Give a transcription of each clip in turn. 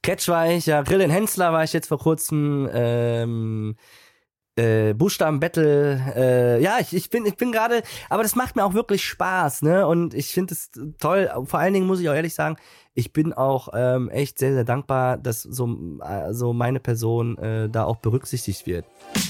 Catch war ich, ja, Grill in Hensler war ich jetzt vor kurzem, Buchstaben-Battle, ja, ich bin gerade, aber das macht mir auch wirklich Spaß, ne, und ich finde es toll, vor allen Dingen muss ich auch ehrlich sagen, ich bin auch echt sehr, sehr dankbar, dass so meine Person da auch berücksichtigt wird.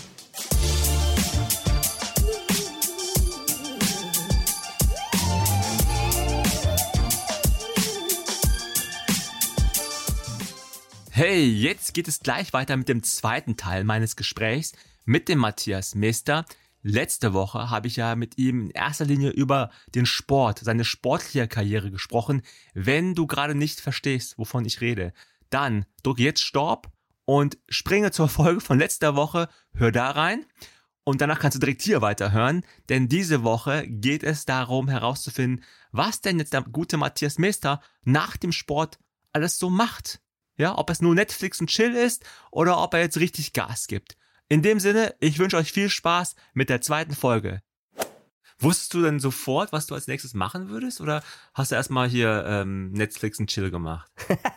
Hey, jetzt geht es gleich weiter mit dem zweiten Teil meines Gesprächs mit dem Matthias Meester. Letzte Woche habe ich ja mit ihm in erster Linie über den Sport, seine sportliche Karriere gesprochen. Wenn du gerade nicht verstehst, wovon ich rede, dann drück jetzt Stopp und springe zur Folge von letzter Woche, hör da rein und danach kannst du direkt hier weiterhören, denn diese Woche geht es darum herauszufinden, was denn jetzt der gute Matthias Meester nach dem Sport alles so macht. Ja, ob es nur Netflix und Chill ist oder ob er jetzt richtig Gas gibt. In dem Sinne, ich wünsche euch viel Spaß mit der zweiten Folge. Wusstest du denn sofort, was du als nächstes machen würdest? Oder hast du erstmal hier Netflix und Chill gemacht?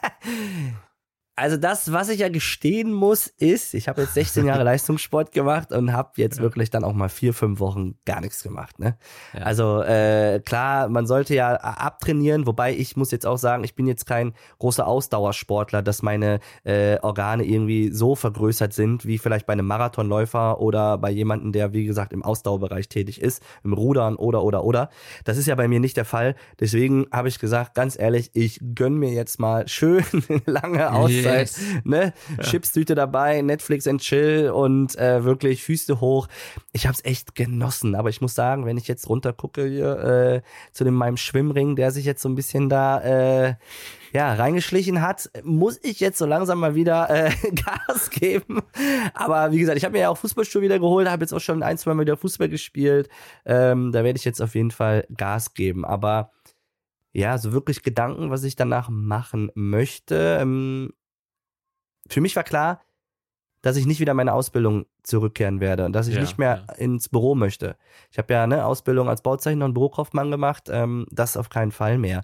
Also das, was ich ja gestehen muss, ist, ich habe jetzt 16 Jahre Leistungssport gemacht und habe jetzt wirklich dann auch mal 4-5 Wochen gar nichts gemacht. Ne? Ja. Also klar, man sollte ja abtrainieren, wobei ich muss jetzt auch sagen, ich bin jetzt kein großer Ausdauersportler, dass meine Organe irgendwie so vergrößert sind, wie vielleicht bei einem Marathonläufer oder bei jemandem, der wie gesagt im Ausdauerbereich tätig ist, im Rudern oder. Das ist ja bei mir nicht der Fall. Deswegen habe ich gesagt, ganz ehrlich, ich gönn mir jetzt mal schön lange Auszeit. Yes. Ne? Ja. Chipstüte dabei, Netflix and Chill und wirklich Füße hoch. Ich habe es echt genossen, aber ich muss sagen, wenn ich jetzt runter gucke hier zu meinem Schwimmring, der sich jetzt so ein bisschen da reingeschlichen hat, muss ich jetzt so langsam mal wieder Gas geben. Aber wie gesagt, ich habe mir ja auch Fußballschuhe wieder geholt, habe jetzt auch schon 1-2 Mal wieder Fußball gespielt. Da werde ich jetzt auf jeden Fall Gas geben. Aber ja, so wirklich Gedanken, was ich danach machen möchte. Für mich war klar, dass ich nicht wieder meine Ausbildung zurückkehren werde und dass ich nicht mehr ins Büro möchte. Ich habe ja eine Ausbildung als Bauzeichner und Bürokaufmann gemacht, das auf keinen Fall mehr.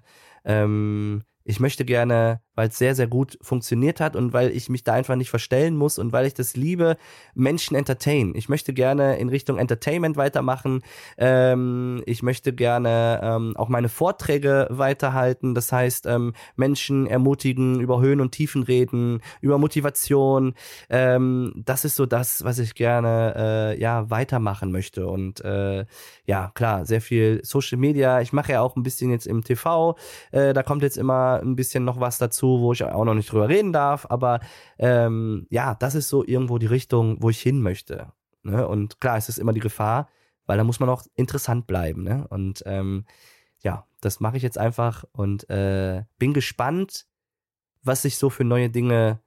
Ich möchte gerne, weil es sehr, sehr gut funktioniert hat und weil ich mich da einfach nicht verstellen muss und weil ich das liebe, Menschen entertainen. Ich möchte gerne in Richtung Entertainment weitermachen. Ich möchte gerne auch meine Vorträge weiterhalten. Das heißt, Menschen ermutigen, über Höhen und Tiefen reden, über Motivation. Das ist so das, was ich gerne weitermachen möchte. Und klar, sehr viel Social Media. Ich mache ja auch ein bisschen jetzt im TV. Da kommt jetzt immer ein bisschen noch was dazu, wo ich auch noch nicht drüber reden darf, aber das ist so irgendwo die Richtung, wo ich hin möchte. Ne? Und klar, es ist immer die Gefahr, weil da muss man auch interessant bleiben. Ne? Und das mache ich jetzt einfach und bin gespannt, was sich so für neue Dinge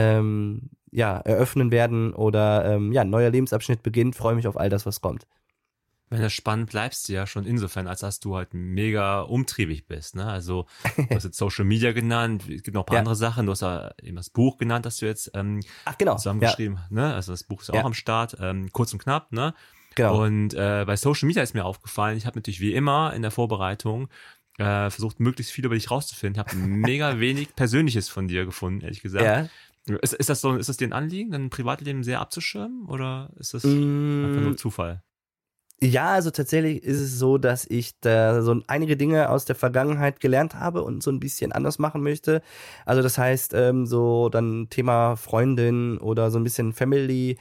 eröffnen werden oder ein neuer Lebensabschnitt beginnt. Freue mich auf all das, was kommt. Wenn das spannend bleibst du ja schon insofern, als dass du halt mega umtriebig bist, ne? Also du hast jetzt Social Media genannt, es gibt noch ein paar andere Sachen, du hast ja eben das Buch genannt, das du jetzt zusammengeschrieben, ne? Also das Buch ist ja auch am Start, kurz und knapp, ne? Genau. Und bei Social Media ist mir aufgefallen, ich habe natürlich wie immer in der Vorbereitung versucht, möglichst viel über dich rauszufinden, habe mega wenig Persönliches von dir gefunden, ehrlich gesagt. Ja. Ist das dir ein Anliegen, dein Privatleben sehr abzuschirmen oder ist das einfach nur Zufall? Ja, also tatsächlich ist es so, dass ich da so einige Dinge aus der Vergangenheit gelernt habe und so ein bisschen anders machen möchte. Also das heißt, so dann Thema Freundin oder so ein bisschen Family,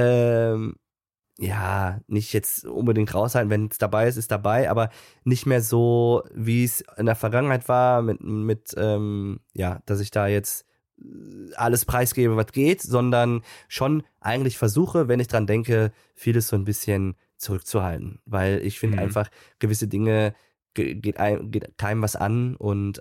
nicht jetzt unbedingt raushalten, wenn es dabei ist dabei, aber nicht mehr so, wie es in der Vergangenheit war, mit dass ich da jetzt alles preisgebe, was geht, sondern schon eigentlich versuche, wenn ich dran denke, vieles so ein bisschen zurückzuhalten, weil ich finde einfach, gewisse Dinge geht keinem was an und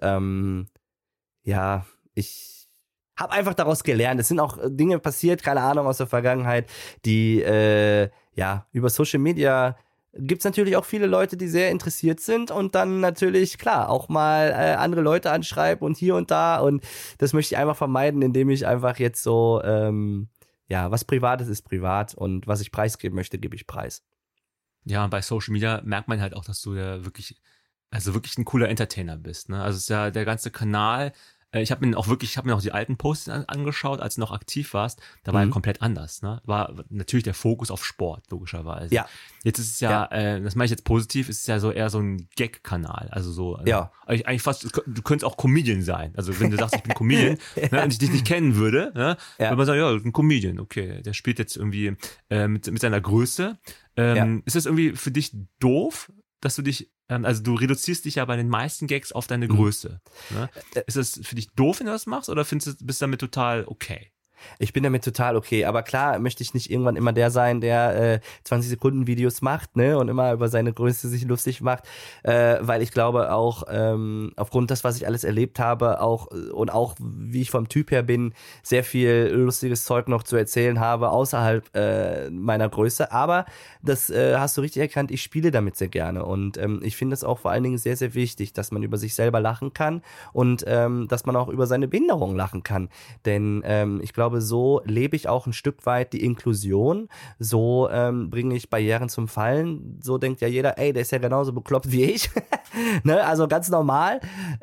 ich habe einfach daraus gelernt. Es sind auch Dinge passiert, keine Ahnung, aus der Vergangenheit, die über Social Media gibt's natürlich auch viele Leute, die sehr interessiert sind und dann natürlich, klar, auch mal andere Leute anschreiben und hier und da und das möchte ich einfach vermeiden, indem ich einfach jetzt so, was Privates ist privat und was ich preisgeben möchte, gebe ich preis. Ja, und bei Social Media merkt man halt auch, dass du ja wirklich ein cooler Entertainer bist, ne? Also es ist ja der ganze Kanal, Ich habe mir auch die alten Posts angeschaut, als du noch aktiv warst. Da war ja komplett anders. Ne? War natürlich der Fokus auf Sport, logischerweise. Ja. Jetzt ist es ja, das meine ich jetzt positiv, ist es ja so eher so ein Gag-Kanal. Also so, eigentlich fast, du könntest auch Comedian sein. Also wenn du sagst, ich bin Comedian, ne, und ich dich nicht kennen würde, ne, würde man sagen, ja, ein Comedian, okay, der spielt jetzt irgendwie mit seiner Größe. Ist das irgendwie für dich doof, dass du dich, also du reduzierst dich ja bei den meisten Gags auf deine Größe. Ne? Ist das für dich doof, wenn du das machst, oder bist du damit total okay? Ich bin damit total okay, aber klar möchte ich nicht irgendwann immer der sein, der 20 Sekunden Videos macht, ne, und immer über seine Größe sich lustig macht, weil ich glaube auch aufgrund des, was ich alles erlebt habe, auch wie ich vom Typ her bin, sehr viel lustiges Zeug noch zu erzählen habe außerhalb meiner Größe, aber das hast du richtig erkannt, ich spiele damit sehr gerne und ich finde es auch vor allen Dingen sehr, sehr wichtig, dass man über sich selber lachen kann und dass man auch über seine Behinderung lachen kann, denn ich glaube, so lebe ich auch ein Stück weit die Inklusion, so bringe ich Barrieren zum Fallen, so denkt ja jeder, ey, der ist ja genauso bekloppt wie ich, ne? Also ganz normal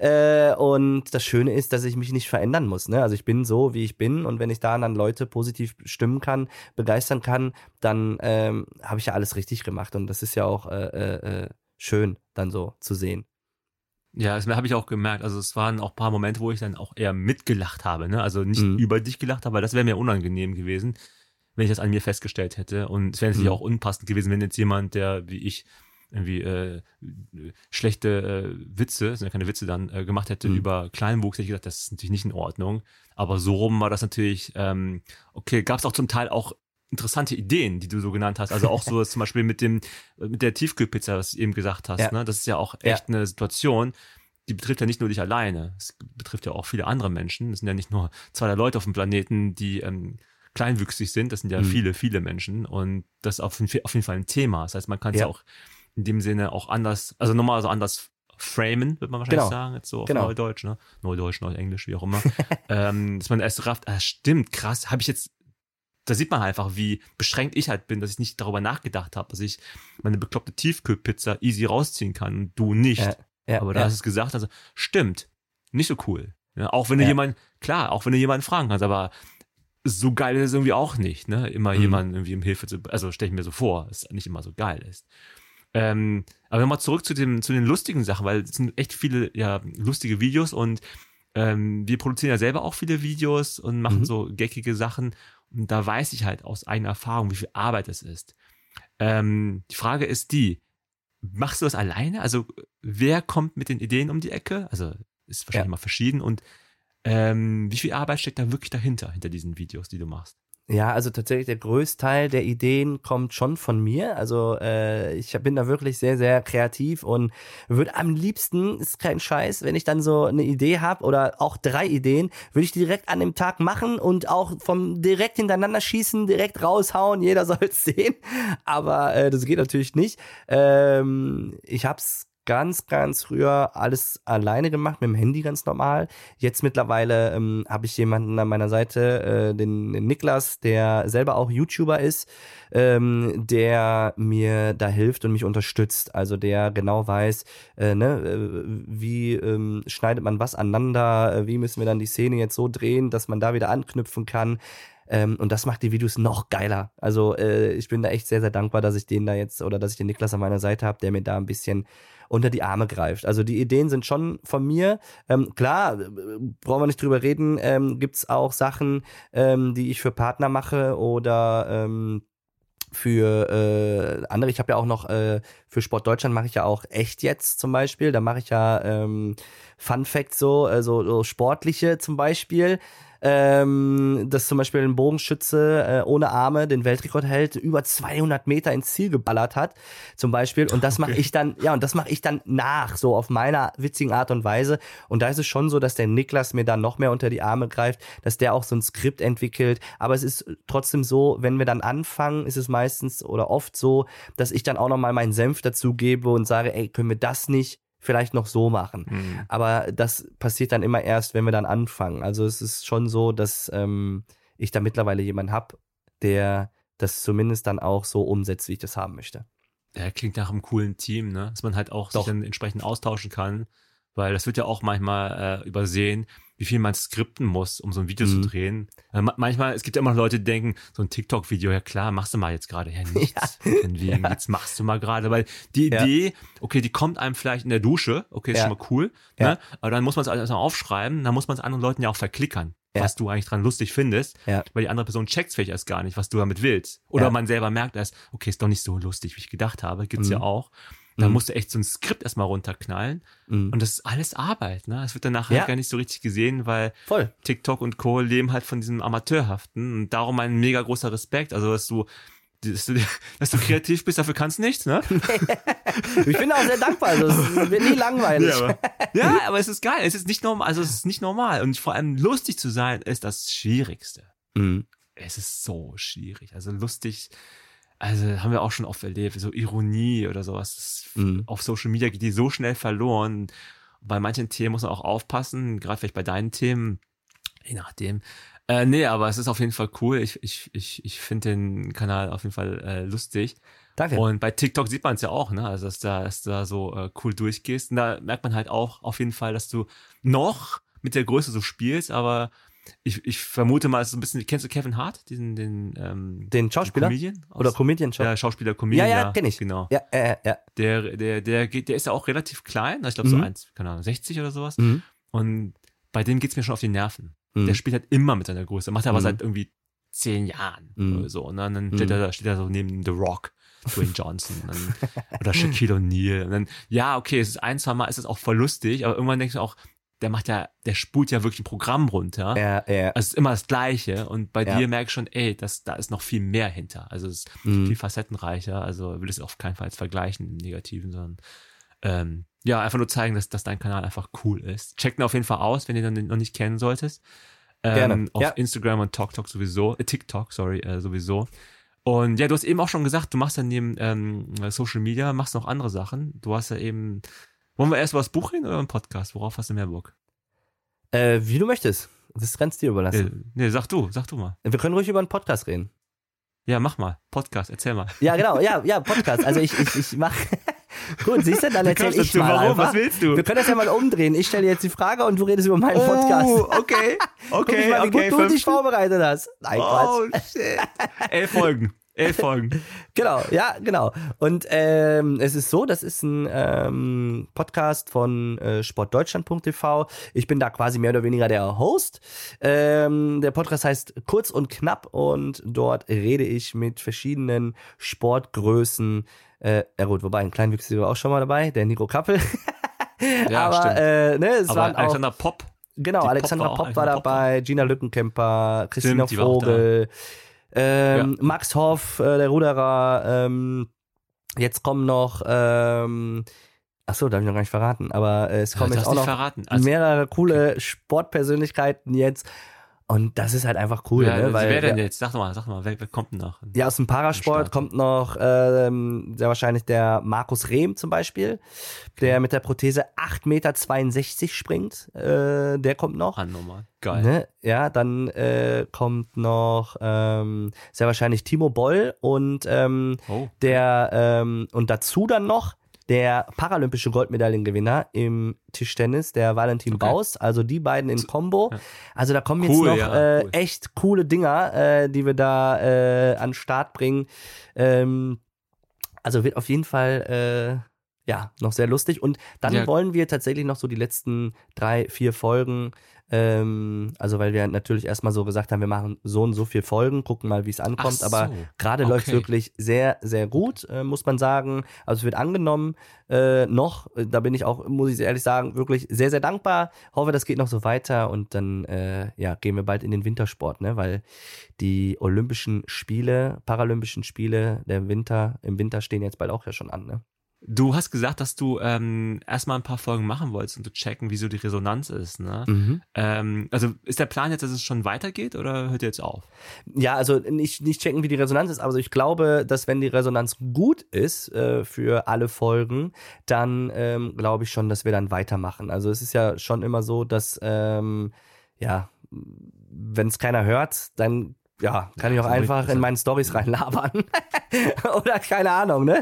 und das Schöne ist, dass ich mich nicht verändern muss, ne? Also ich bin so, wie ich bin und wenn ich da dann Leute positiv stimmen kann, begeistern kann, dann habe ich ja alles richtig gemacht und das ist ja auch schön dann so zu sehen. Ja, das habe ich auch gemerkt. Also es waren auch ein paar Momente, wo ich dann auch eher mitgelacht habe, ne? Also nicht über dich gelacht habe, weil das wäre mir unangenehm gewesen, wenn ich das an mir festgestellt hätte. Und es wäre natürlich auch unpassend gewesen, wenn jetzt jemand, der wie ich irgendwie schlechte Witze, das sind ja keine Witze dann, gemacht hätte über Kleinwuchs, hätte ich gedacht, das ist natürlich nicht in Ordnung. Aber so rum war das natürlich, okay, gab es auch zum Teil auch interessante Ideen, die du so genannt hast. Also auch so zum Beispiel mit der Tiefkühlpizza, was du eben gesagt hast. Ne? Das ist ja auch echt eine Situation, die betrifft ja nicht nur dich alleine. Es betrifft ja auch viele andere Menschen. Es sind ja nicht nur 2 Leute auf dem Planeten, die kleinwüchsig sind. Das sind ja viele, viele Menschen. Und das ist auf jeden Fall ein Thema. Das heißt, man kann es ja auch in dem Sinne auch anders, also nochmal so anders framen, wird man wahrscheinlich sagen, jetzt so auf Neudeutsch, ne? Neudeutsch, Neuenglisch, wie auch immer. Dass man erst rafft, stimmt, krass, da sieht man einfach, wie beschränkt ich halt bin, dass ich nicht darüber nachgedacht habe, dass ich meine bekloppte Tiefkühlpizza easy rausziehen kann und du nicht. Aber da hast du es gesagt, also stimmt, nicht so cool. Ja, auch wenn du jemanden fragen kannst, aber so geil ist es irgendwie auch nicht, ne? Immer jemanden irgendwie um Hilfe also stelle ich mir so vor, dass es nicht immer so geil ist. Aber nochmal zurück zu den lustigen Sachen, weil es sind echt viele lustige Videos und wir produzieren ja selber auch viele Videos und machen so geckige Sachen. Und da weiß ich halt aus eigener Erfahrung, wie viel Arbeit es ist. Die Frage ist machst du das alleine? Also wer kommt mit den Ideen um die Ecke? Also ist wahrscheinlich immer verschieden. Und wie viel Arbeit steckt da wirklich hinter diesen Videos, die du machst? Ja, also tatsächlich der Größteil der Ideen kommt schon von mir. Also ich bin da wirklich sehr, sehr kreativ und würde am liebsten, ist kein Scheiß, wenn ich dann so eine Idee habe oder auch 3 Ideen, würde ich die direkt an dem Tag machen und auch direkt hintereinander schießen, direkt raushauen, jeder soll es sehen. Aber das geht natürlich nicht. Ich hab's ganz, ganz früher alles alleine gemacht, mit dem Handy ganz normal. Jetzt mittlerweile habe ich jemanden an meiner Seite, den Niklas, der selber auch YouTuber ist, der mir da hilft und mich unterstützt. Also der genau weiß, wie schneidet man was aneinander, wie müssen wir dann die Szene jetzt so drehen, dass man da wieder anknüpfen kann. Und das macht die Videos noch geiler. Also ich bin da echt sehr, sehr dankbar, dass ich den Niklas an meiner Seite habe, der mir da ein bisschen unter die Arme greift. Also die Ideen sind schon von mir. Klar, brauchen wir nicht drüber reden, gibt's auch Sachen, die ich für Partner mache oder für andere. Ich habe ja auch noch für Sport Deutschland mache ich ja auch echt jetzt zum Beispiel. Da mache ich ja Fun Facts so sportliche zum Beispiel. Dass zum Beispiel ein Bogenschütze ohne Arme den Weltrekord hält, über 200 Meter ins Ziel geballert hat, zum Beispiel. Und das mache ich dann, nach, so auf meiner witzigen Art und Weise. Und da ist es schon so, dass der Niklas mir dann noch mehr unter die Arme greift, dass der auch so ein Skript entwickelt. Aber es ist trotzdem so, wenn wir dann anfangen, ist es meistens oder oft so, dass ich dann auch nochmal meinen Senf dazu gebe und sage, ey, können wir das nicht vielleicht noch so machen. Aber das passiert dann immer erst, wenn wir dann anfangen. Also es ist schon so, dass ich da mittlerweile jemanden habe, der das zumindest dann auch so umsetzt, wie ich das haben möchte. Ja, klingt nach einem coolen Team, ne? Dass man halt auch sich dann entsprechend austauschen kann, weil das wird ja auch manchmal übersehen, wie viel man skripten muss, um so ein Video zu drehen. Manchmal, es gibt ja immer noch Leute, die denken, so ein TikTok-Video, ja klar, machst du mal jetzt gerade. Ja, nichts. Wegen, jetzt machst du mal gerade. Weil die Idee, okay, die kommt einem vielleicht in der Dusche, okay, ist schon mal cool, ne? Aber dann muss man es alles mal aufschreiben, dann muss man es anderen Leuten ja auch verklickern, was du eigentlich dran lustig findest, weil die andere Person checkt vielleicht erst gar nicht, was du damit willst. Oder man selber merkt erst, okay, ist doch nicht so lustig, wie ich gedacht habe, gibt's ja auch. Dann musst du echt so ein Skript erstmal runterknallen. Und das ist alles Arbeit, ne? Es wird dann nachher gar nicht so richtig gesehen, weil TikTok und Co. leben halt von diesem Amateurhaften. Und darum ein mega großer Respekt. Also, dass du kreativ bist, dafür kannst du nichts, ne? Ich bin auch sehr dankbar. Also, es wird nie langweilig. Aber es ist geil. Es ist nicht normal. Also, es ist nicht normal. Und vor allem lustig zu sein, ist das Schwierigste. Es ist so schwierig. Also, lustig. Also haben wir auch schon oft erlebt, so Ironie oder sowas. Auf Social Media geht die so schnell verloren. Bei manchen Themen muss man auch aufpassen, gerade vielleicht bei deinen Themen, je nachdem. Nee, aber es ist auf jeden Fall cool. Ich finde den Kanal auf jeden Fall lustig. Danke. Und bei TikTok sieht man es ja auch, ne? Also dass da so cool durchgehst. Und da merkt man halt auch auf jeden Fall, dass du noch mit der Größe so spielst, aber ich vermute mal, es ist ein bisschen, kennst du Kevin Hart, den Schauspieler? Comedian? Oder Comedian? Ja, Schauspieler, Comedian. Ja, kenn ich. Genau. Ja. Der ist ja auch relativ klein, ich glaube so 1,60 oder sowas. Und bei dem geht's mir schon auf die Nerven. Der spielt halt immer mit seiner Größe, macht er aber seit irgendwie 10 Jahren oder so. Und dann steht er so neben The Rock, Dwayne Johnson oder Shaquille O'Neal. Und dann, ja, okay, es ist ein, zwei Mal ist es auch voll lustig, aber irgendwann denkst du auch, der spult ja wirklich ein Programm runter. Ja. Also es ist immer das Gleiche. Und bei dir merke ich schon, da ist noch viel mehr hinter. Also es ist viel facettenreicher. Also ich will es auf keinen Fall jetzt vergleichen im Negativen, sondern einfach nur zeigen, dass dein Kanal einfach cool ist. Check ihn auf jeden Fall aus, wenn ihr den noch nicht kennen solltest. Gerne. Auf Instagram und TikTok sowieso. Sowieso. Und ja, du hast eben auch schon gesagt, du machst ja neben Social Media, machst noch andere Sachen. Du hast ja eben... Wollen wir erst über das Buch reden oder einen Podcast? Worauf hast du mehr Bock? Wie du möchtest. Das ist ganz dir überlassen. Nee, sag du mal. Wir können ruhig über einen Podcast reden. Ja, mach mal. Podcast, erzähl mal. Ja, genau. Ja, Podcast. Also ich mach... Gut, siehst du, dann erzähl ich mal warum? einfach. Was willst du? Wir können das ja mal umdrehen. Ich stelle jetzt die Frage und du redest über meinen Podcast. Okay. Guck mal, wie gut du dich vorbereitet hast. Nein, Quatsch. Shit. 11 Folgen. Genau. Und es ist so, das ist ein Podcast von sportdeutschland.tv. Ich bin da quasi mehr oder weniger der Host. Der Podcast heißt Kurz und Knapp und dort rede ich mit verschiedenen Sportgrößen. Gut, wobei ein Kleinwüchsiger war auch schon mal dabei, der Nico Kappel. Ja, aber stimmt. Es aber waren auch Alexander Popp. Genau, Alexandra Popp war dabei, Gina Lückenkämper, Christina Vogel, Max Hoff, der Ruderer, jetzt kommen noch, darf ich noch gar nicht verraten, aber es kommen jetzt auch noch mehrere coole Sportpersönlichkeiten jetzt. Und das ist halt einfach cool, ne? Weil, wer denn jetzt? Sag mal, wer kommt denn noch? Ja, aus dem Parasport kommt noch sehr wahrscheinlich der Markus Rehm zum Beispiel, der mit der Prothese 8,62 Meter springt. Der kommt noch. Normal. Geil. Ne? Ja, dann kommt noch sehr wahrscheinlich Timo Boll und und dazu dann noch der paralympische Goldmedaillengewinner im Tischtennis, der Valentin Baus, also die beiden in Kombo. Ja. Also da kommen jetzt noch echt coole Dinger, die wir da an den Start bringen. Also wird auf jeden Fall noch sehr lustig. Und dann wollen wir tatsächlich noch so die letzten 3-4 Folgen, also weil wir natürlich erstmal so gesagt haben, wir machen so und so viele Folgen, gucken mal, wie es ankommt, aber gerade läuft es wirklich sehr, sehr gut, muss man sagen. Also es wird angenommen, da bin ich auch, muss ich ehrlich sagen, wirklich sehr, sehr dankbar. Hoffe, das geht noch so weiter und dann gehen wir bald in den Wintersport, ne, weil die Paralympischen Spiele im Winter stehen jetzt bald auch ja schon an, ne. Du hast gesagt, dass du erstmal ein paar Folgen machen wolltest, um zu checken, wieso die Resonanz ist, ne? Also ist der Plan jetzt, dass es schon weitergeht oder hört ihr jetzt auf? Ja, also nicht checken, wie die Resonanz ist, aber ich glaube, dass wenn die Resonanz gut ist für alle Folgen, dann glaube ich schon, dass wir dann weitermachen. Also es ist ja schon immer so, dass wenn es keiner hört, dann kann ich auch einfach in meinen Storys reinlabern. Oder keine Ahnung, ne?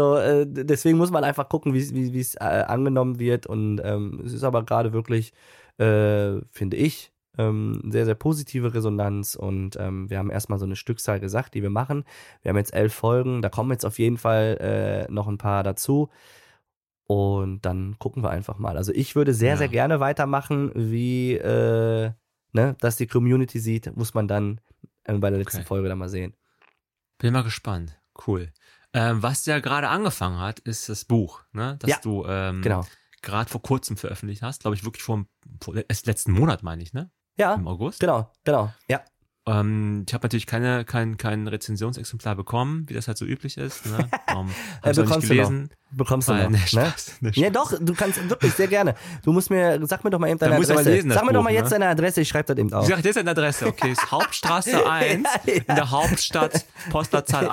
Deswegen muss man einfach gucken, wie es angenommen wird. Und es ist aber gerade wirklich finde ich, sehr, sehr positive Resonanz und wir haben erstmal so eine Stückzahl gesagt, die wir machen. Wir haben jetzt 11 Folgen, da kommen jetzt auf jeden Fall noch ein paar dazu und dann gucken wir einfach mal. Also ich würde sehr, sehr gerne weitermachen, wie dass die Community sieht, muss man dann bei der letzten Folge dann mal sehen. Bin mal gespannt. Cool. Was ja gerade angefangen hat, ist das Buch, ne? Das du gerade vor kurzem veröffentlicht hast. Glaube ich, wirklich erst letzten Monat, meine ich, ne? Ja, im August. Genau, ja. Ich habe natürlich kein Rezensionsexemplar bekommen, wie das halt so üblich ist. Ne? Hab's auch nicht gelesen. Bekommst du noch. Ne? Spaß. Ja doch, du kannst wirklich sehr gerne. Sag mir doch mal eben deine Adresse. Sag mir doch mal jetzt deine Adresse, ich schreibe das eben auf. Ich sag jetzt deine Adresse, okay, ist Hauptstraße 1 in der Hauptstadt, Postleitzahl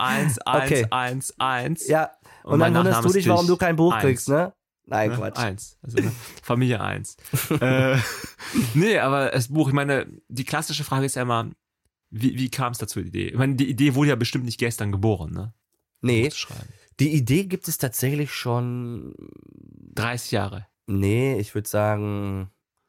11111. Ja, und dann wunderst du dich, warum du kein Buch kriegst, ne? Nein, Quatsch. 1, also Familie 1. Nee, aber das Buch, ich meine, die klassische Frage ist ja immer, wie kam es dazu, die Idee? Ich meine, die Idee wurde ja bestimmt nicht gestern geboren, ne? Nee, die Idee gibt es tatsächlich schon 30 Jahre. Nee, ich würde sagen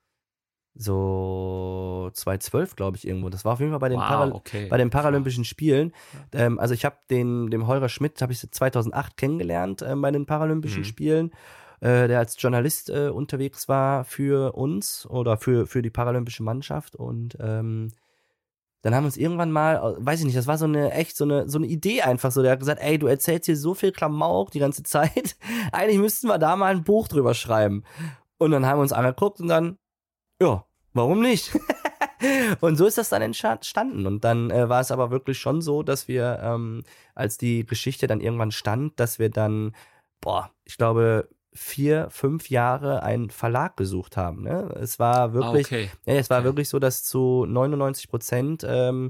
so 2012, glaube ich, irgendwo. Das war auf jeden Fall bei den, bei den Paralympischen Spielen. Also ich habe dem Holger Schmidt, habe ich 2008 kennengelernt bei den Paralympischen Spielen. Der als Journalist unterwegs war für uns oder für die paralympische Mannschaft und dann haben wir uns irgendwann mal, weiß ich nicht, das war so eine Idee einfach so, der hat gesagt, ey, du erzählst hier so viel Klamauk die ganze Zeit, eigentlich müssten wir da mal ein Buch drüber schreiben. Und dann haben wir uns angeguckt und dann, ja, warum nicht? Und so ist das dann entstanden. Und dann war es aber wirklich schon so, dass wir, als die Geschichte dann irgendwann stand, dass wir dann, ich glaube, 4-5 Jahre einen Verlag gesucht haben. Ne? Es war wirklich, wirklich so, dass zu 99%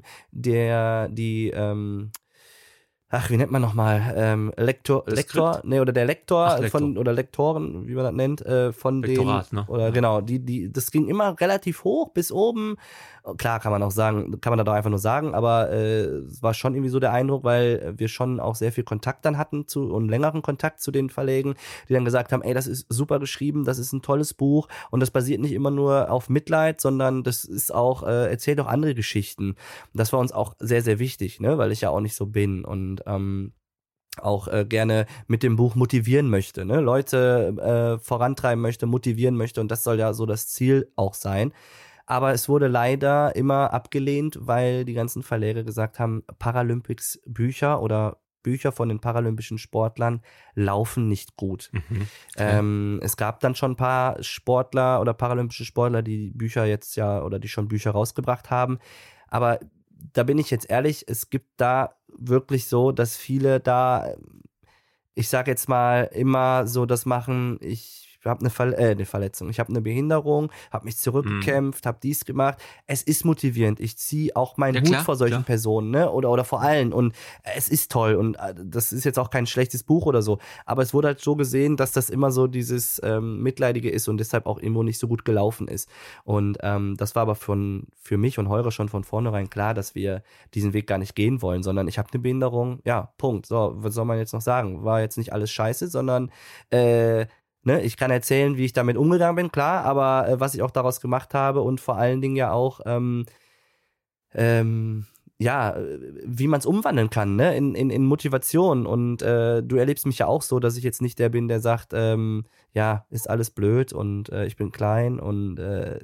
wie nennt man nochmal, Lektor, oder der Lektor oder Lektoren, wie man das nennt, von Lektorat, den, ne? oder genau, das ging immer relativ hoch bis oben. Klar kann man da doch einfach nur sagen, aber es war schon irgendwie so der Eindruck, weil wir schon auch sehr viel Kontakt dann hatten und längeren Kontakt zu den Verlegen, die dann gesagt haben, ey, das ist super geschrieben, das ist ein tolles Buch und das basiert nicht immer nur auf Mitleid, sondern das ist auch, erzählt auch andere Geschichten. Das war uns auch sehr, sehr wichtig, ne, weil ich ja auch nicht so bin und auch gerne mit dem Buch motivieren möchte, ne, Leute vorantreiben möchte, motivieren möchte und das soll ja so das Ziel auch sein. Aber es wurde leider immer abgelehnt, weil die ganzen Verlage gesagt haben, Paralympics-Bücher oder Bücher von den paralympischen Sportlern laufen nicht gut. Es gab dann schon ein paar Sportler oder paralympische Sportler, die Bücher jetzt die schon Bücher rausgebracht haben. Aber da bin ich jetzt ehrlich, es gibt da wirklich so, dass viele da, ich sag jetzt mal, immer so das machen, ich habe eine Verletzung, ich habe eine Behinderung, habe mich zurückgekämpft, habe dies gemacht. Es ist motivierend. Ich ziehe auch meinen Hut vor solchen Personen, ne? Oder vor allen. Und es ist toll. Und das ist jetzt auch kein schlechtes Buch oder so. Aber es wurde halt so gesehen, dass das immer so dieses Mitleidige ist und deshalb auch irgendwo nicht so gut gelaufen ist. Und das war aber für mich und Holger schon von vornherein klar, dass wir diesen Weg gar nicht gehen wollen, sondern ich habe eine Behinderung, ja, Punkt. So, was soll man jetzt noch sagen? War jetzt nicht alles scheiße, sondern ich kann erzählen, wie ich damit umgegangen bin, klar, aber was ich auch daraus gemacht habe und vor allen Dingen ja auch, wie man es umwandeln kann, ne, in Motivation. Und du erlebst mich ja auch so, dass ich jetzt nicht der bin, der sagt, ist alles blöd und ich bin klein und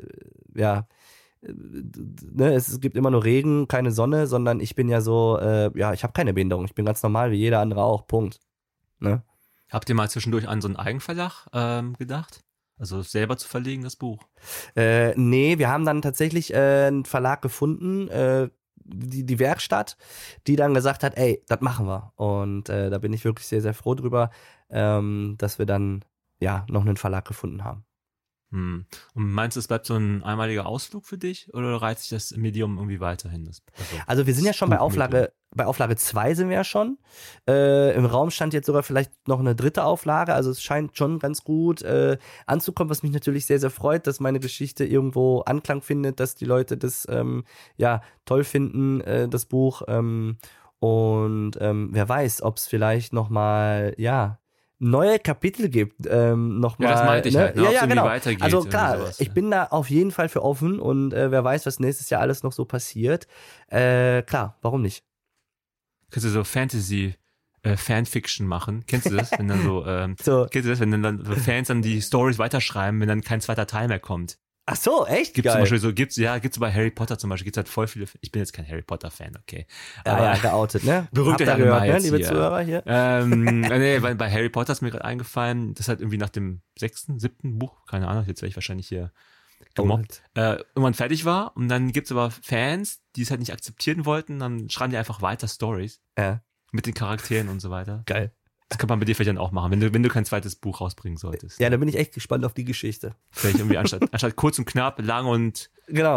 es gibt immer nur Regen, keine Sonne, sondern ich bin ja so, ich habe keine Behinderung, ich bin ganz normal wie jeder andere auch, Punkt. Ne? Habt ihr mal zwischendurch an so einen Eigenverlag gedacht? Also selber zu verlegen, das Buch? Nee, wir haben dann tatsächlich einen Verlag gefunden, die Werkstatt, die dann gesagt hat, ey, das machen wir. Und da bin ich wirklich sehr, sehr froh drüber, dass wir dann noch einen Verlag gefunden haben. Und meinst du, es bleibt so ein einmaliger Ausflug für dich oder reizt sich das Medium irgendwie weiterhin? Also wir sind ja schon bei Auflage 2 sind wir ja schon. Im Raum stand jetzt sogar vielleicht noch eine 3. Auflage, also es scheint schon ganz gut anzukommen, was mich natürlich sehr, sehr freut, dass meine Geschichte irgendwo Anklang findet, dass die Leute das toll finden, das Buch. Und wer weiß, ob es vielleicht nochmal, neue Kapitel gibt, nochmal. Ja, das meinte ich halt, ne? Ja, genau. Weitergeht, also klar, sowas, ich bin da auf jeden Fall für offen und wer weiß, was nächstes Jahr alles noch so passiert. Klar, warum nicht? Kannst du so Fantasy Fanfiction machen? Kennst du das? Wenn dann kennst du das, wenn dann so Fans dann die Stories weiterschreiben, wenn dann kein zweiter Teil mehr kommt? Ach so, echt? Gibt's Geil. zum Beispiel so, gibt's bei Harry Potter zum Beispiel, gibt's halt voll viele, ich bin jetzt kein Harry Potter Fan, okay. Aber ja, geoutet, ne? Berühmt Habt ihr gehört, ne, liebe Zuhörer hier? Nee, bei Harry Potter ist mir gerade eingefallen, das ist halt irgendwie nach dem 6., 7. Buch, keine Ahnung, jetzt werde ich wahrscheinlich hier gemobbt, irgendwann fertig war und dann gibt's aber Fans, die es halt nicht akzeptieren wollten, dann schreiben die einfach weiter Stories. Ja. Mit den Charakteren und so weiter. Geil. Das kann man bei dir vielleicht dann auch machen, wenn du kein zweites Buch rausbringen solltest. Ja, da bin ich echt gespannt auf die Geschichte. Vielleicht irgendwie anstatt kurz und knapp, lang und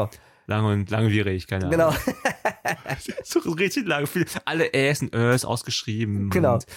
langwierig, keine Ahnung. Genau. So richtig lang, alle Äs und Ös ausgeschrieben. Genau. Und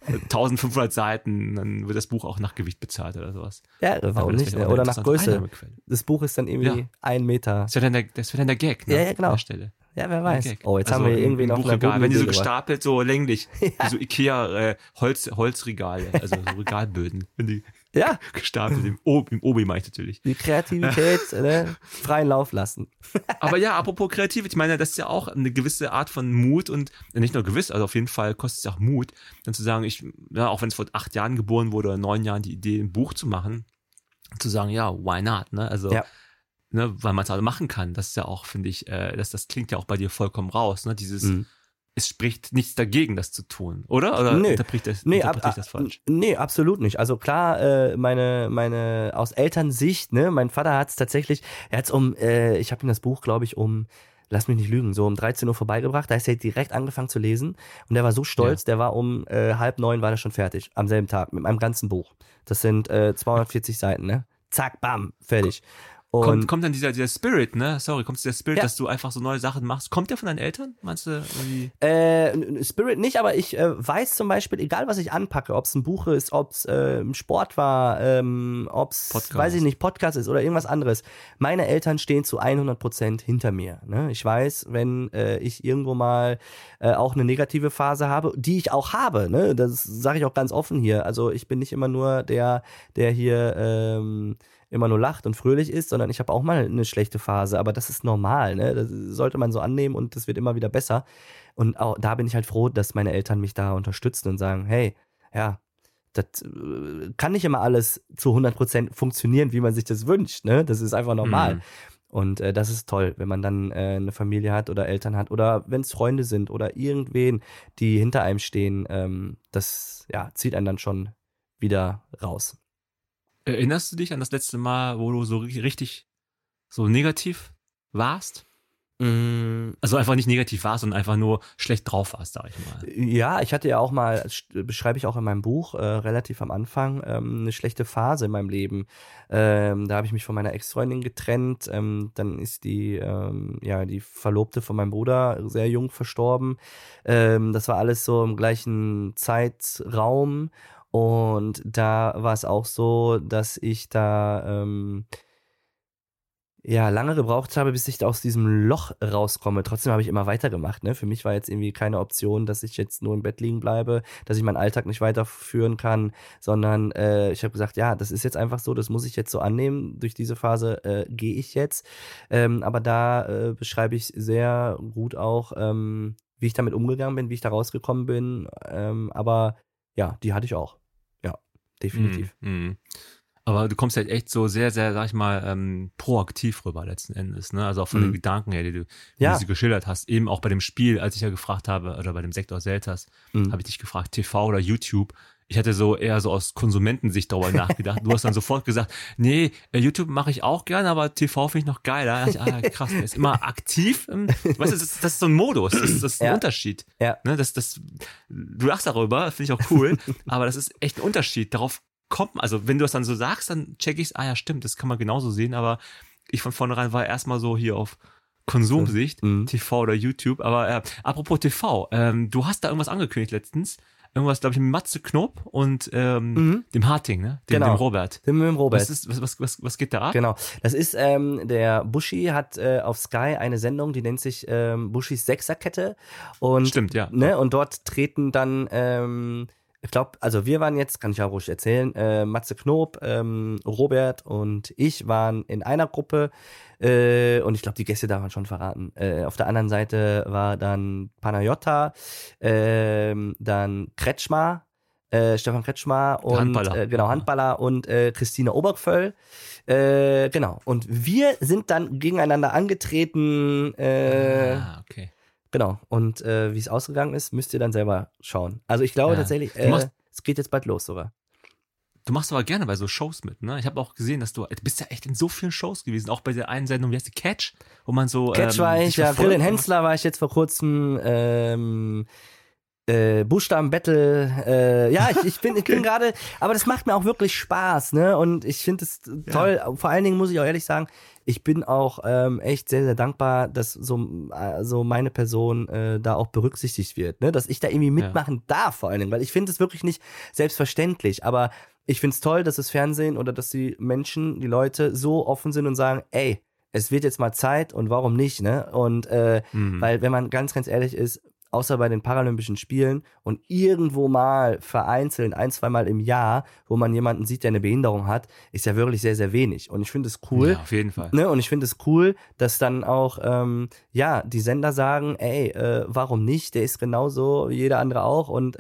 1500 Seiten, dann wird das Buch auch nach Gewicht bezahlt oder sowas. Ja, warum nicht? Oder nach Größe. Das Buch ist dann irgendwie 1 Meter. Das wäre dann der Gag, ne? Ja, genau. An der Stelle. Ja, wer weiß. Gag. Oh, jetzt haben wir irgendwie noch ein Buchregal. Wenn die so gestapelt, so länglich, wie so Ikea Holzregale, also so Regalböden, wenn die gestapelt im Obi meine ich natürlich. Die Kreativität freien Lauf lassen. Aber ja, apropos Kreativität, ich meine, das ist ja auch eine gewisse Art von Mut und nicht nur gewiss, also auf jeden Fall kostet es auch Mut, dann zu sagen, auch wenn es vor 8 Jahren geboren wurde oder 9 Jahren, die Idee, ein Buch zu machen, zu sagen, ja, why not, ne? Also ne, weil man es halt machen kann. Das ist ja auch, finde ich, das klingt ja auch bei dir vollkommen raus, ne? Es spricht nichts dagegen, das zu tun, oder? Oder interpretiere ich das falsch? Nee, absolut nicht. Also klar, meine aus Elternsicht, ne, mein Vater hat es tatsächlich, ich habe ihm das Buch, glaube ich, lass mich nicht lügen, so um 13 Uhr vorbeigebracht, da ist er direkt angefangen zu lesen und der war so stolz, der war um 8:30 war der schon fertig, am selben Tag, mit meinem ganzen Buch. Das sind 240 Seiten, ne? Zack, bam, fertig. Und kommt dann dieser Spirit, ne? Sorry, kommt dieser Spirit, dass du einfach so neue Sachen machst? Kommt der von deinen Eltern? Meinst du irgendwie? Spirit nicht, aber ich weiß zum Beispiel, egal was ich anpacke, ob es ein Buch ist, ob es Sport war, ob es, weiß ich nicht, Podcast ist oder irgendwas anderes. Meine Eltern stehen zu 100% hinter mir. Ne? Ich weiß, wenn ich irgendwo mal auch eine negative Phase habe, die ich auch habe, ne? Das sage ich auch ganz offen hier. Also ich bin nicht immer nur der hier immer nur lacht und fröhlich ist, sondern ich habe auch mal eine schlechte Phase, aber das ist normal, ne? Das sollte man so annehmen und das wird immer wieder besser. Und auch da bin ich halt froh, dass meine Eltern mich da unterstützen und sagen, hey, ja, das kann nicht immer alles zu 100% funktionieren, wie man sich das wünscht, ne? Das ist einfach normal. Und das ist toll, wenn man dann eine Familie hat oder Eltern hat oder wenn es Freunde sind oder irgendwen, die hinter einem stehen, das zieht einen dann schon wieder raus. Erinnerst du dich an das letzte Mal, wo du so richtig so negativ warst? Also einfach nicht negativ warst, sondern einfach nur schlecht drauf warst, sag ich mal. Ja, ich hatte ja auch mal, beschreibe ich auch in meinem Buch, relativ am Anfang, eine schlechte Phase in meinem Leben. Da habe ich mich von meiner Ex-Freundin getrennt. Dann ist die Verlobte von meinem Bruder sehr jung verstorben. Das war alles so im gleichen Zeitraum. Und da war es auch so, dass ich da lange gebraucht habe, bis ich da aus diesem Loch rauskomme. Trotzdem habe ich immer weitergemacht. Ne? Für mich war jetzt irgendwie keine Option, dass ich jetzt nur im Bett liegen bleibe, dass ich meinen Alltag nicht weiterführen kann, sondern ich habe gesagt, ja, das ist jetzt einfach so, das muss ich jetzt so annehmen. Durch diese Phase gehe ich jetzt. Aber da beschreibe ich sehr gut auch, wie ich damit umgegangen bin, wie ich da rausgekommen bin. Aber ja, die hatte ich auch. Ja, definitiv. Aber du kommst halt echt so sehr, sehr, sag ich mal, proaktiv rüber letzten Endes, ne? Also auch von den Gedanken her, die du sie geschildert hast. Eben auch bei dem Spiel, als ich ja gefragt habe, oder bei dem Sektor Selters, habe ich dich gefragt, TV oder YouTube. Ich hatte so eher so aus Konsumentensicht darüber nachgedacht. Du hast dann sofort gesagt, nee, YouTube mache ich auch gerne, aber TV finde ich noch geiler. Da dachte ich, krass, der ist immer aktiv. Weißt du, das ist so ein Modus, das ist ein Unterschied. Ja. Ne, du lachst darüber, finde ich auch cool, aber das ist echt ein Unterschied. Darauf kommt, also wenn du das dann so sagst, dann check ich's, ja stimmt, das kann man genauso sehen, aber ich von vornherein war erstmal so hier auf Konsumsicht, TV oder YouTube, aber apropos TV, du hast da irgendwas angekündigt letztens, irgendwas, glaube ich, mit Matze Knob und dem Harting, ne? Dem Robert. Dem Robert. Was geht da ab? Genau. Das ist, der Buschi hat auf Sky eine Sendung, die nennt sich Buschis Sechserkette. Und, stimmt, ja. Ne, und dort treten dann Ich glaube, also wir waren jetzt, kann ich auch ruhig erzählen, Matze Knob, Robert und ich waren in einer Gruppe und ich glaube, die Gäste darf man schon verraten. Auf der anderen Seite war dann Panayotta, dann Kretschmer, Stefan Kretschmer und Handballer. Handballer und Christine Obergvöll. Genau. Und wir sind dann gegeneinander angetreten. Okay. Genau. Und wie es ausgegangen ist, müsst ihr dann selber schauen. Also ich glaube tatsächlich, es geht jetzt bald los sogar. Du machst aber gerne bei so Shows mit, ne? Ich habe auch gesehen, dass du bist ja echt in so vielen Shows gewesen, auch bei der einen Sendung, wie heißt die, Catch? Wo man so Catch war ich, ja, Grillen Hensler war ich jetzt vor kurzem, Buchstaben-Battle, ich bin gerade, aber das macht mir auch wirklich Spaß, ne? Und ich finde es toll. Vor allen Dingen muss ich auch ehrlich sagen, ich bin auch echt sehr, sehr dankbar, dass so meine Person da auch berücksichtigt wird, ne? Dass ich da irgendwie mitmachen darf, vor allen Dingen, weil ich finde es wirklich nicht selbstverständlich, aber ich finde es toll, dass das Fernsehen oder dass die Menschen, die Leute so offen sind und sagen, ey, es wird jetzt mal Zeit und warum nicht, ne? Und weil, wenn man ganz, ganz ehrlich ist, außer bei den Paralympischen Spielen und irgendwo mal vereinzelt, 1-2 Mal im Jahr, wo man jemanden sieht, der eine Behinderung hat, ist ja wirklich sehr, sehr wenig. Und ich finde es cool. Ja, auf jeden Fall. Ne? Und ich finde es cool, dass dann auch, die Sender sagen, ey, warum nicht? Der ist genauso wie jeder andere auch und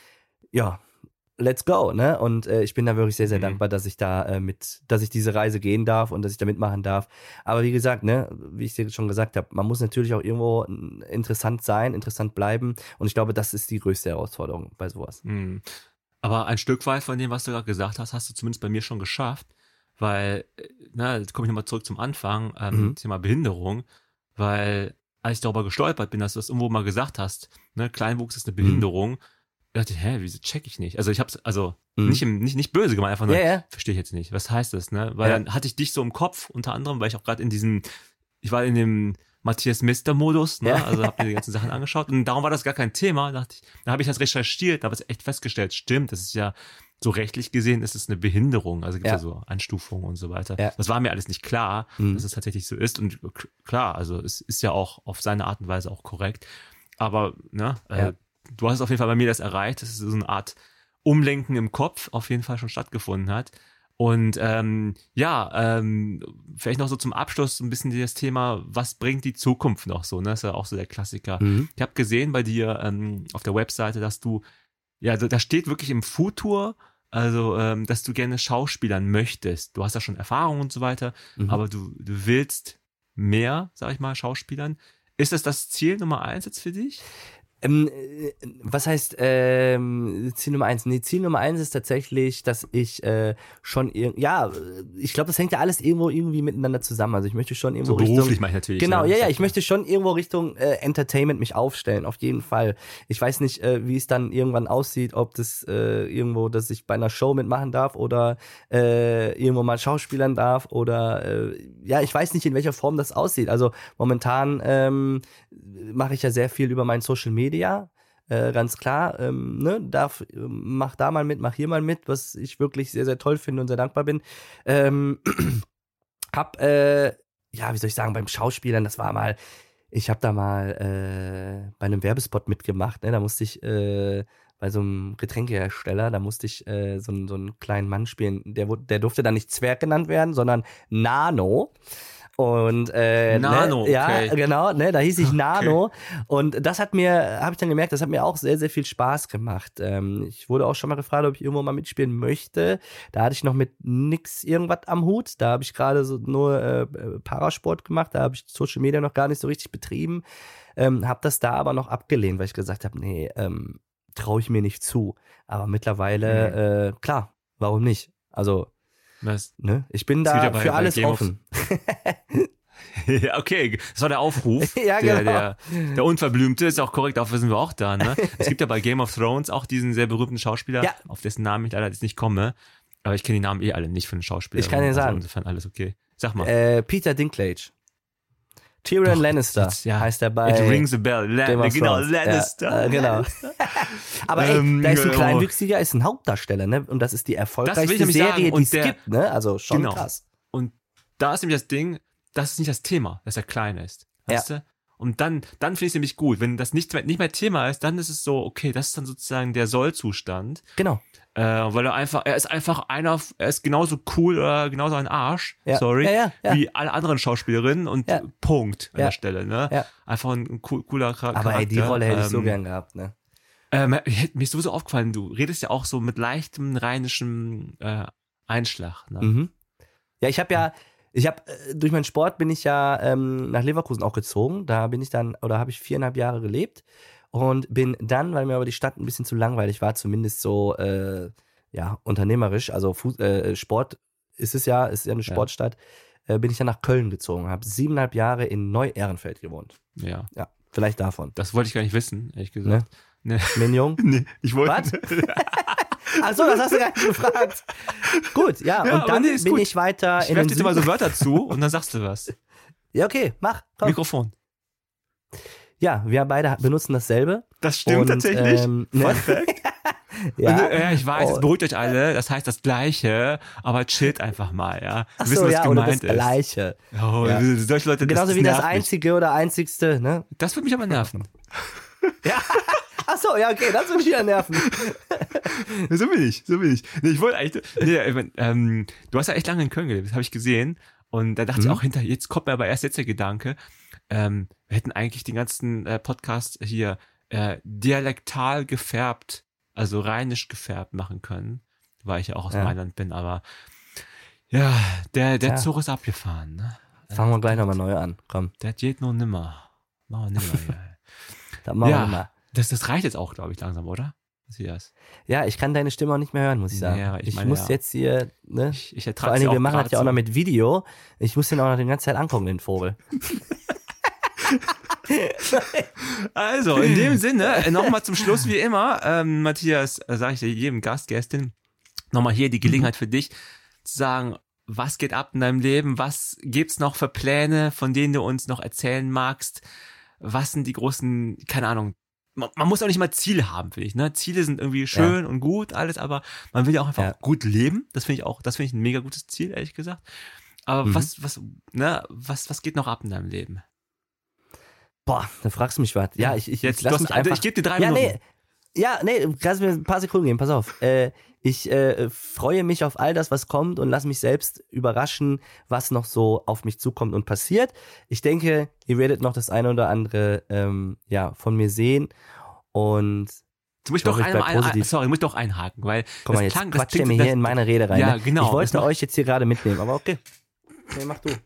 let's go, ne? Und ich bin da wirklich sehr, sehr dankbar, dass ich da dass ich diese Reise gehen darf und dass ich da mitmachen darf. Aber wie gesagt, ne, wie ich dir schon gesagt habe, man muss natürlich auch irgendwo interessant sein, interessant bleiben. Und ich glaube, das ist die größte Herausforderung bei sowas. Aber ein Stück weit von dem, was du gerade gesagt hast, hast du zumindest bei mir schon geschafft. Weil, jetzt komme ich nochmal zurück zum Anfang, Thema Behinderung. Weil, als ich darüber gestolpert bin, dass du das irgendwo mal gesagt hast, ne, Kleinwuchs ist eine Behinderung, dachte ich, wieso check ich nicht? Also ich hab's, nicht böse gemeint, einfach nur, verstehe ich jetzt nicht. Was heißt das, ne? Weil dann hatte ich dich so im Kopf, unter anderem, weil ich auch gerade ich war in dem Matthias Mister-Modus, ne? Also hab mir die ganzen Sachen angeschaut und darum war das gar kein Thema, dachte ich. Da habe ich das recherchiert, da habe ich echt festgestellt, stimmt, das ist ja so rechtlich gesehen, ist es eine Behinderung, also gibt es ja so Einstufungen und so weiter. Ja. Das war mir alles nicht klar, dass es tatsächlich so ist und klar, also es ist ja auch auf seine Art und Weise auch korrekt, aber, du hast auf jeden Fall bei mir das erreicht, dass es so eine Art Umlenken im Kopf auf jeden Fall schon stattgefunden hat. Und vielleicht noch so zum Abschluss ein bisschen das Thema, was bringt die Zukunft noch so, ne? Das ist ja auch so der Klassiker. Ich habe gesehen bei dir auf der Webseite, dass du, da steht wirklich im Futur, also dass du gerne schauspielern möchtest. Du hast ja schon Erfahrung und so weiter, aber du willst mehr, sag ich mal, schauspielern. Ist das Ziel Nummer 1 jetzt für dich? Was heißt Ziel Nummer 1? Nee, Ziel Nummer 1 ist tatsächlich, dass ich schon ich glaube, das hängt ja alles irgendwie miteinander zusammen. Also ich möchte schon irgendwo so beruflich meine ich natürlich. Genau, ich möchte schon irgendwo Richtung Entertainment mich aufstellen, auf jeden Fall. Ich weiß nicht, wie es dann irgendwann aussieht, ob das irgendwo, dass ich bei einer Show mitmachen darf oder irgendwo mal schauspielern darf oder ich weiß nicht, in welcher Form das aussieht. Also momentan mache ich ja sehr viel über mein Social Media, ganz klar, mach da mal mit, mach hier mal mit, was ich wirklich sehr, sehr toll finde und sehr dankbar bin. Wie soll ich sagen, beim Schauspielern, ich habe da mal bei einem Werbespot mitgemacht, ne, da musste ich bei so einem Getränkehersteller, da musste ich so einen kleinen Mann spielen, der durfte dann nicht Zwerg genannt werden, sondern Nano. Und Nano, okay. Genau, ne, da hieß ich Nano und das habe ich dann gemerkt, das hat mir auch sehr, sehr viel Spaß gemacht. Ich wurde auch schon mal gefragt, ob ich irgendwo mal mitspielen möchte. Da hatte ich noch mit nix irgendwas am Hut. Da habe ich gerade so nur Parasport gemacht, da habe ich Social Media noch gar nicht so richtig betrieben. Habe das da aber noch abgelehnt, weil ich gesagt habe, nee, traue ich mir nicht zu. Aber mittlerweile, klar, warum nicht? Also ich bin da für alles offen. Ja, okay, das war der Aufruf. Ja, genau. Der Unverblümte ist auch korrekt, dafür sind wir auch da. Ne? Es gibt ja bei Game of Thrones auch diesen sehr berühmten Schauspieler, auf dessen Namen ich leider jetzt nicht komme. Aber ich kenne die Namen alle nicht von den Schauspielern. Ich kann dir sagen. Insofern alles okay. Sag mal. Peter Dinklage. Tyrion Lannister heißt er bei. It rings a bell. Genau, Lannister. Ja, genau. Aber da ist ein Kleinwüchsiger, ist ein Hauptdarsteller, ne? Und das ist die erfolgreichste Serie, die es gibt, ne? Also schon krass. Und da ist nämlich das Ding, das ist nicht das Thema, dass er klein ist. Weißt du? Und dann finde ich es nämlich gut. Wenn das nicht mehr Thema ist, dann ist es so, okay, das ist dann sozusagen der Soll-Zustand. Genau. Weil er ist genauso cool oder genauso ein Arsch, wie alle anderen Schauspielerinnen und Punkt an der Stelle, ne? Ja. Einfach ein cooler Charakter. Aber die Rolle hätte ich so gern gehabt, ne? Mir ist sowieso aufgefallen, du redest ja auch so mit leichtem rheinischem Einschlag, ne? Mhm. Ja, durch meinen Sport bin ich ja nach Leverkusen auch gezogen. Da habe ich 4,5 Jahre gelebt und bin dann, weil mir aber die Stadt ein bisschen zu langweilig war, zumindest so unternehmerisch, also Sport ist ja eine Sportstadt, bin ich dann nach Köln gezogen, habe 7,5 Jahre in Neu-Ehrenfeld gewohnt. Ja. Ja, vielleicht davon. Das wollte ich gar nicht wissen, ehrlich gesagt. Ne? Mignon? Nee, ich wollte. Was? Achso, das hast du gar nicht gefragt. Gut, ja, und dann bin ich weiter ich werfe dir mal so Wörter zu und dann sagst du was. Ja, okay, mach. Komm. Mikrofon. Ja, wir beide benutzen dasselbe. Das stimmt tatsächlich. Fun Fact. Ja. Ich weiß, es beruhigt euch alle, das heißt das Gleiche, aber chillt einfach mal, ja. Ach so, was gemeint das Gleiche. Solche Leute, genauso wie das Einzige oder Einzigste, ne? Das würde mich aber nerven. Ja. Ach so, ja, okay, das würde mich ja nerven. So bin ich. Nee, ich wollte eigentlich, du hast ja echt lange in Köln gelebt, das habe ich gesehen. Und da dachte ich auch jetzt kommt mir aber erst jetzt der Gedanke, wir hätten eigentlich den ganzen Podcast hier dialektal gefärbt, also rheinisch gefärbt machen können, weil ich ja auch aus Mailand bin, aber ja, der Zug ist abgefahren. Ne? Fangen wir gleich nochmal neu an, komm. Der geht noch nimmer. Machen wir nimmer, ja. Das machen wir nimmer. Das reicht jetzt auch, glaube ich, langsam, oder? Ja, ich kann deine Stimme auch nicht mehr hören, muss ich sagen. Ja, ich muss jetzt hier, ne? Ich ertrage vor allen Dingen, wir machen das ja auch noch mit Video. Ich muss den auch noch die ganze Zeit angucken, den Vogel. Also, in dem Sinne, nochmal zum Schluss wie immer, Matthias, sage ich dir jedem Gast, Gästin, nochmal hier die Gelegenheit für dich, zu sagen, was geht ab in deinem Leben, was gibt's noch für Pläne, von denen du uns noch erzählen magst, was sind die großen, keine Ahnung, man muss auch nicht mal Ziele haben, finde ich, ne? Ziele sind irgendwie schön und gut, alles, aber man will ja auch einfach gut leben, das finde ich ein mega gutes Ziel, ehrlich gesagt, aber was geht noch ab in deinem Leben? Boah, da fragst du mich was. Ja, ich lass mich einfach. Ich gebe dir 3 Minuten. Nee, kannst mir ein paar Sekunden geben, pass auf. Ich freue mich auf all das, was kommt und lass mich selbst überraschen, was noch so auf mich zukommt und passiert. Ich denke, ihr werdet noch das eine oder andere von mir sehen und muss ich doch einhaken, weil guck mal, jetzt quatscht ihr mir hier in meine Rede rein. Ja, genau. Ich wollte euch jetzt hier gerade mitnehmen, aber okay. Nee, mach du.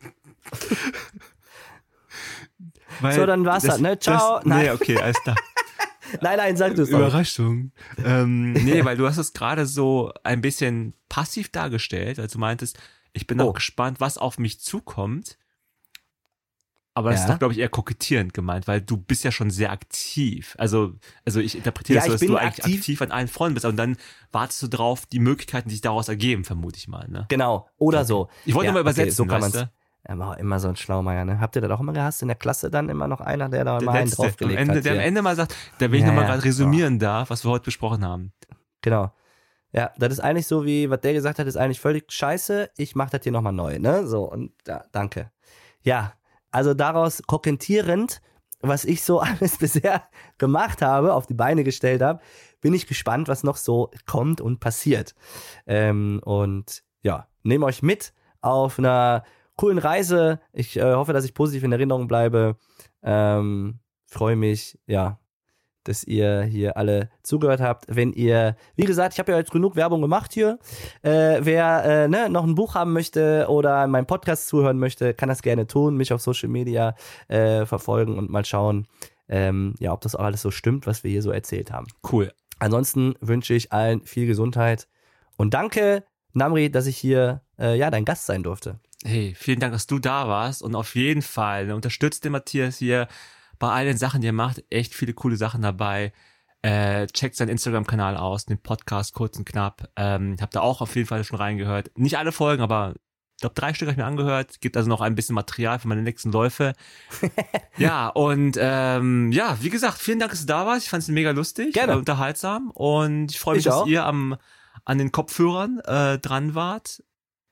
So, dann war's das, ne? Ciao. Nee, okay, alles klar. Nein, sag du es doch. Überraschung. Nee, weil du hast es gerade so ein bisschen passiv dargestellt, als du meintest, ich bin auch gespannt, was auf mich zukommt. Aber das ist doch, glaube ich, eher kokettierend gemeint, weil du bist ja schon sehr aktiv. Also ich interpretiere das so, dass du eigentlich aktiv an allen Fronten bist und dann wartest du drauf, die Möglichkeiten, die sich daraus ergeben, vermute ich mal. Ne? Genau, oder so. Ich wollte mal übersetzen, so kann man's. Er war immer so ein Schlaumeier, ne? Habt ihr das auch immer gehasst? In der Klasse dann immer noch einer, der da mal einen draufgelegt hat? Der am Ende mal sagt, wenn ich nochmal gerade resümieren darf, was wir heute besprochen haben. Genau. Ja, das ist eigentlich so wie, was der gesagt hat, ist eigentlich völlig scheiße. Ich mach das hier nochmal neu, ne? So, und ja, danke. Ja, also daraus kokentierend, was ich so alles bisher gemacht habe, auf die Beine gestellt habe, bin ich gespannt, was noch so kommt und passiert. Und ja, nehme euch mit auf einer coolen Reise. Ich hoffe, dass ich positiv in Erinnerung bleibe. Freue mich, dass ihr hier alle zugehört habt. Wenn ihr, wie gesagt, ich habe ja jetzt genug Werbung gemacht hier. Wer noch ein Buch haben möchte oder meinem Podcast zuhören möchte, kann das gerne tun. Mich auf Social Media verfolgen und mal schauen, ob das auch alles so stimmt, was wir hier so erzählt haben. Cool. Ansonsten wünsche ich allen viel Gesundheit und danke, Namri, dass ich hier dein Gast sein durfte. Hey, vielen Dank, dass du da warst und auf jeden Fall unterstützt den Matthias hier bei all den Sachen, die er macht. Echt viele coole Sachen dabei. Checkt seinen Instagram-Kanal aus, den Podcast kurz und knapp. Hab da auch auf jeden Fall schon reingehört. Nicht alle Folgen, aber ich glaube 3 Stück habe ich mir angehört. Gibt also noch ein bisschen Material für meine nächsten Läufe. Ja, und wie gesagt, vielen Dank, dass du da warst. Ich fand es mega lustig, unterhaltsam und ich freue mich, dass ihr an den Kopfhörern dran wart.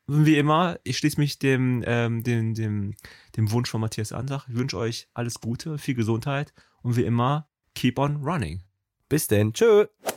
wie immer, ich schließe mich dem Wunsch von Matthias an. Ich wünsche euch alles Gute, viel Gesundheit und wie immer, keep on running. Bis denn. Tschö.